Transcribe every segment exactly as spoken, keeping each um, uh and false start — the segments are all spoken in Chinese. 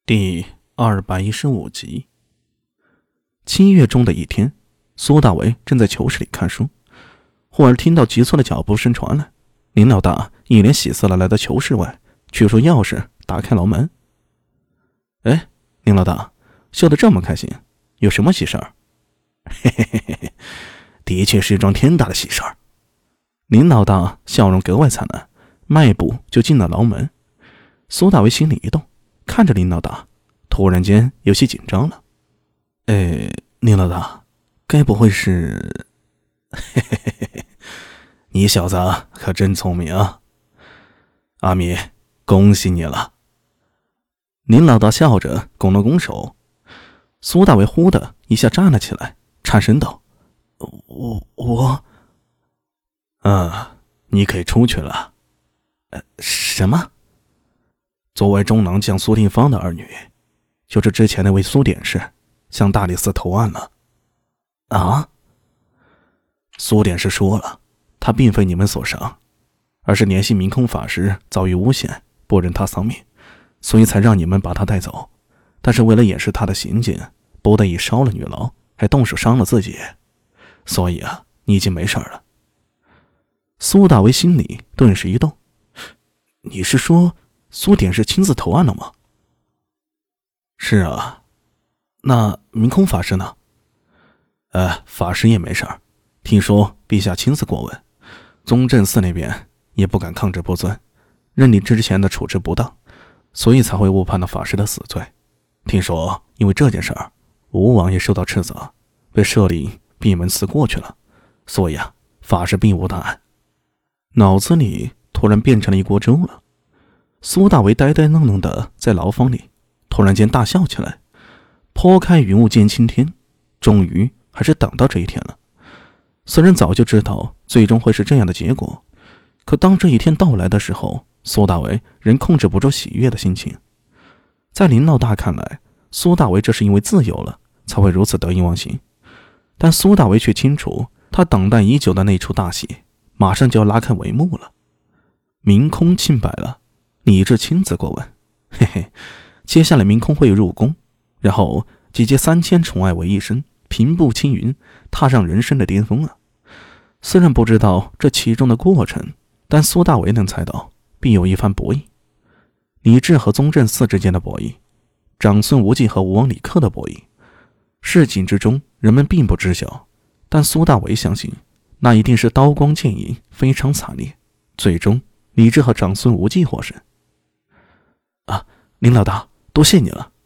第二百一十五集。七月中的一天，苏大为正在囚室里看书，忽而听到急促的脚步声传来。林老大一脸喜色地来到囚室外，取出钥匙打开牢门。哎，林老大，笑得这么开心，有什么喜事儿？ 嘿嘿嘿嘿，的确是一桩天大的喜事儿。 林老大笑容格外灿烂，迈步就进了牢门。苏大为心里一动，看着林老大，突然间有些紧张了。 哎，林老大，该不会是……嘿嘿嘿嘿，你小子可真聪明啊！阿米，恭喜你了。 林老大笑着拱了拱手。苏大为忽的一下站了起来，颤声道：“ 我我……嗯，你可以出去了。” 呃，什么？ 作为中郎将苏定方的儿女，就是之前那位苏典士，向大理寺投案了。 啊？ 苏典士说了，他并非你们所伤，而是联系明空法师遭遇诬陷，不忍他丧命，所以才让你们把他带走。但是为了掩饰他的行径，不得已烧了女牢，还动手伤了自己。所以啊，你已经没事了。 苏大为心里顿时一动， 你是说苏典士亲自投案了吗？ 是啊。那明空法师呢？ 呃，法师也没事儿，听说陛下亲自过问，宗正寺那边也不敢抗旨不遵，认你之前的处置不当，所以才会误判了法师的死罪。听说因为这件事儿，吴王也受到斥责，被设立闭门祠过去了，所以啊，法师并无大碍。 脑子里突然变成了一锅粥了。苏大为呆呆愣愣的在牢房里，突然间大笑起来。抛开云雾见青天，终于还是等到这一天了。虽然早就知道最终会是这样的结果，可当这一天到来的时候，苏大为仍控制不住喜悦的心情。在林老大看来，苏大为这是因为自由了才会如此得意忘形，但苏大为却清楚，他等待已久的那出大戏马上就要拉开帷幕了。明空清白了，李治亲自过问，嘿嘿，接下来明空会入宫，然后集结三千宠爱为一身，平步青云，踏上人生的巅峰啊！虽然不知道这其中的过程，但苏大为能猜到必有一番博弈。李治和宗正寺之间的博弈，长孙无忌和吴王李克的博弈，市井之中人们并不知晓，但苏大为相信那一定是刀光剑影，非常惨烈，最终李治和长孙无忌获胜。啊，林老大，多谢你了。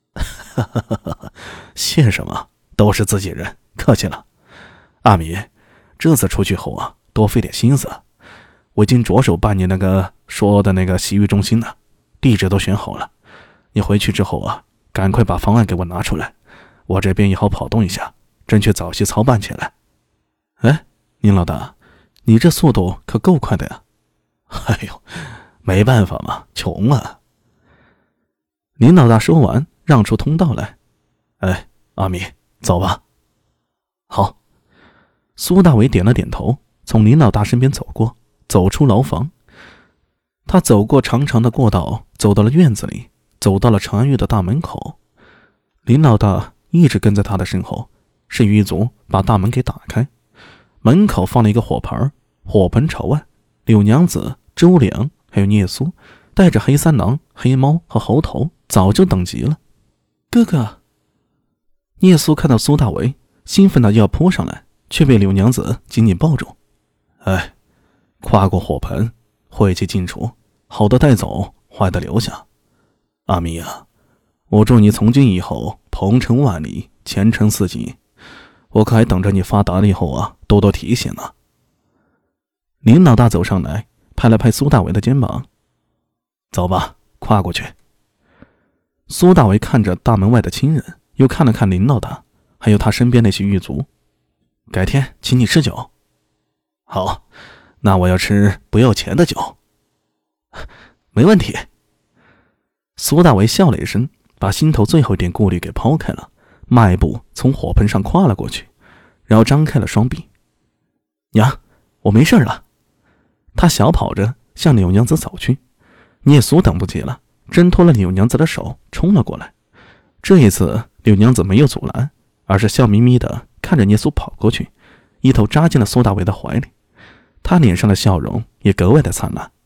谢什么，都是自己人，客气了。阿米，这次出去后啊，多费点心思。我已经着手办你那个说的那个洗浴中心了，地址都选好了。你回去之后啊，赶快把方案给我拿出来，我这边也好跑动一下，争取早些操办起来。 哎，林老大，你这速度可够快的呀。 哎呦，没办法嘛，穷啊。 林老大说完，让出通道来。 哎，阿米，走吧。 好。苏大为点了点头，从林老大身边走过，走出牢房。他走过长长的过道，走到了院子里，走到了长安狱的大门口。林老大一直跟在他的身后，是狱卒把大门给打开。门口放了一个火盆，火盆朝外，柳娘子、周良还有聂苏带着黑三郎、黑猫和猴头早就等急了。哥哥！聂苏看到苏大为，兴奋的就要扑上来，却被柳娘子紧紧抱住。 哎，跨过火盆，晦气尽除，好的带走，坏的留下。阿米啊，我祝你从今以后鹏程万里，前程似锦。我可还等着你发达了以后啊，多多提携呢。 林老大走上来，拍了拍苏大为的肩膀。 走吧，跨过去。 苏大为看着大门外的亲人，又看了看林老大，还有他身边那些狱卒。改天请你吃酒。 好，那我要吃不要钱的酒。 没问题。苏大为笑了一声，把心头最后一点顾虑给抛开了，迈步从火盆上跨了过去，然后张开了双臂。娘，我没事了。他小跑着向柳娘子走去。聂苏等不及了， 挣脱了柳娘子的手，冲了过来。这一次，柳娘子没有阻拦，而是笑眯眯地看着聂苏跑过去，一头扎进了苏大为的怀里。她脸上的笑容也格外的灿烂。